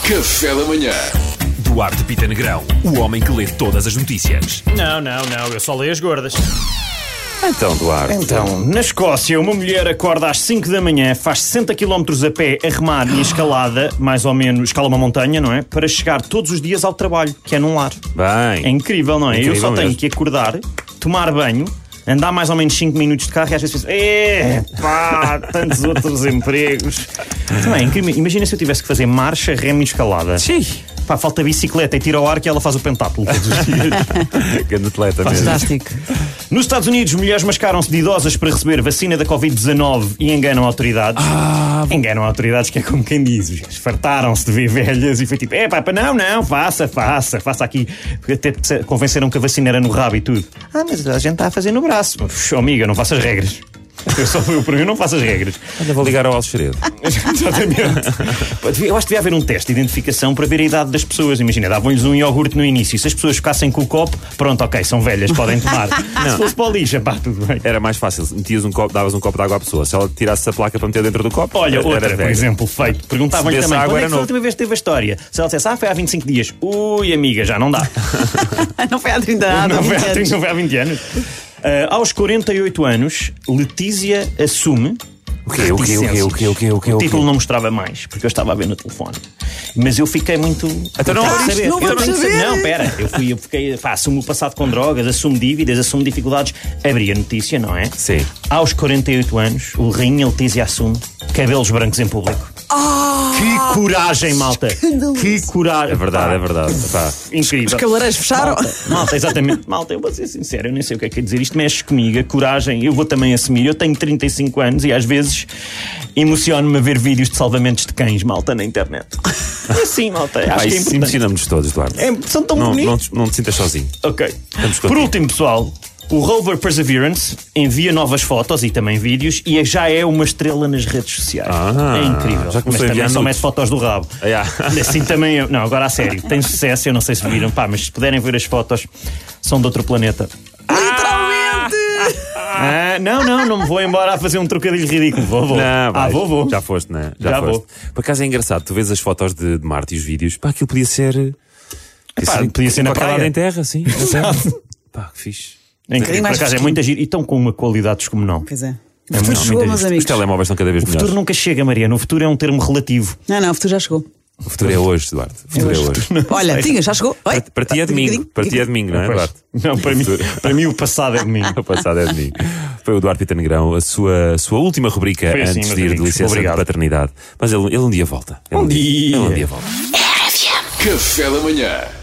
Café da manhã. Duarte Pita Negrão, o homem que lê todas as notícias. Não, eu só leio as gordas. Então, Duarte. Então, na Escócia, uma mulher acorda às 5 da manhã, faz 60 km a pé, a remar e a escalada, mais ou menos, escala uma montanha, não é? Para chegar todos os dias ao trabalho, que é num lar. Bem. É incrível, não é? Incrível Eu só tenho mesmo. que acordar, tomar banho, andar mais ou menos 5 minutos de carro e às vezes penso, tantos outros empregos. Então é incrível. Imagina se eu tivesse que fazer marcha, remo e escalada. Sim. Pá, falta bicicleta e tira ao ar que ela faz o pentátulo todos os dias. Grande atleta mesmo. Fantástico. Nos Estados Unidos, mulheres mascaram-se de idosas para receber vacina da Covid-19 e enganam autoridades. Enganam autoridades, que é como quem diz. Os gajos fartaram-se de ver velhas e foi tipo, não, faça aqui. Até convenceram que a vacina era no rabo e tudo. Mas a gente está a fazer no braço. Amiga, não faças regras. Por mim, não faço as regras. Olha, vou ligar ao Alxeredo. Exatamente. Eu acho que devia haver um teste de identificação para ver a idade das pessoas. Imagina, davam-lhes um iogurte no início. Se as pessoas ficassem com o copo, pronto, ok, são velhas, podem tomar. Se fosse para o lixo, pá, tudo bem. Era mais fácil. Metias um copo, davas um copo de água à pessoa. Se ela tirasse a placa para meter dentro do copo, Olha, era outra, velha. por exemplo, feito. Perguntavam-lhe Se bebesse também, água, quando é era que foi a novo. última vez que teve a história? Se ela dissesse, foi há 25 dias. Ui, amiga, já não dá. Não foi há 30 anos. Não foi há 20 anos. Aos 48 anos, Letícia assume. O quê? O título não mostrava mais, porque eu estava a ver no telefone. Mas eu fiquei muito. Então não Quero abriste, não Eu vamos tenho que saber. Não, pera. Eu fiquei. Assumo o passado com drogas, assumo dívidas, assumo dificuldades. Abri a notícia, não é? Sim. Aos 48 anos, o rainha Letícia assume cabelos brancos em público. Que coragem, malta! Que coragem! É verdade. Pá. Incrível. Os cabeleireiros fecharam. Malta, exatamente. Malta, eu vou ser sincero, eu nem sei o que é que é dizer. Isto mexe comigo, a coragem. Eu vou também assumir. Eu tenho 35 anos e às vezes emociono-me a ver vídeos de salvamentos de cães, malta, na internet. É assim, malta. Acho que é Isso importante. emocionamos todos, Duarte. São tão bonitos. Não te sintas sozinho. Ok. Estamos Por contigo. último, pessoal, o rover Perseverance envia novas fotos e também vídeos e já é uma estrela nas redes sociais. É incrível. já começou Mas a também enviar só nudes. mete fotos do rabo. Assim também eu. Não, agora a sério. Tem sucesso, eu não sei se viram, pá, mas se puderem ver as fotos, são de outro planeta. Literalmente! Não me vou embora a fazer um trocadilho ridículo. Vou. Não, vais. Vou. Já foste, né? Já foste. vou. Por acaso é engraçado, tu vês as fotos de Marte e os vídeos, pá, aquilo podia ser. Podia ser na qualquer lado praia. em terra, sim. Na terra. Pá, que fixe. É incrível, mais por acaso é fresquinho. muita gira e estão com uma qualidade descomunal. Pois é. O É futuro muito chegou, meus isto. Os amigos. telemóveis estão cada vez O futuro melhores. nunca chega, Mariana. O futuro é um termo relativo. Não, o futuro já chegou. O futuro é hoje, Duarte. O futuro é hoje. Olha, tinha, já chegou. Oi? Para ti é domingo. Para ti é domingo, não é, Pois. Duarte? Não, para mim o passado é domingo. O passado é domingo. Foi o Duarte Pita Negrão, a sua última rubrica Foi assim, antes meus de ir de amigos. licença Obrigado. de paternidade. Mas ele um dia volta. Ele um dia volta. Café da manhã.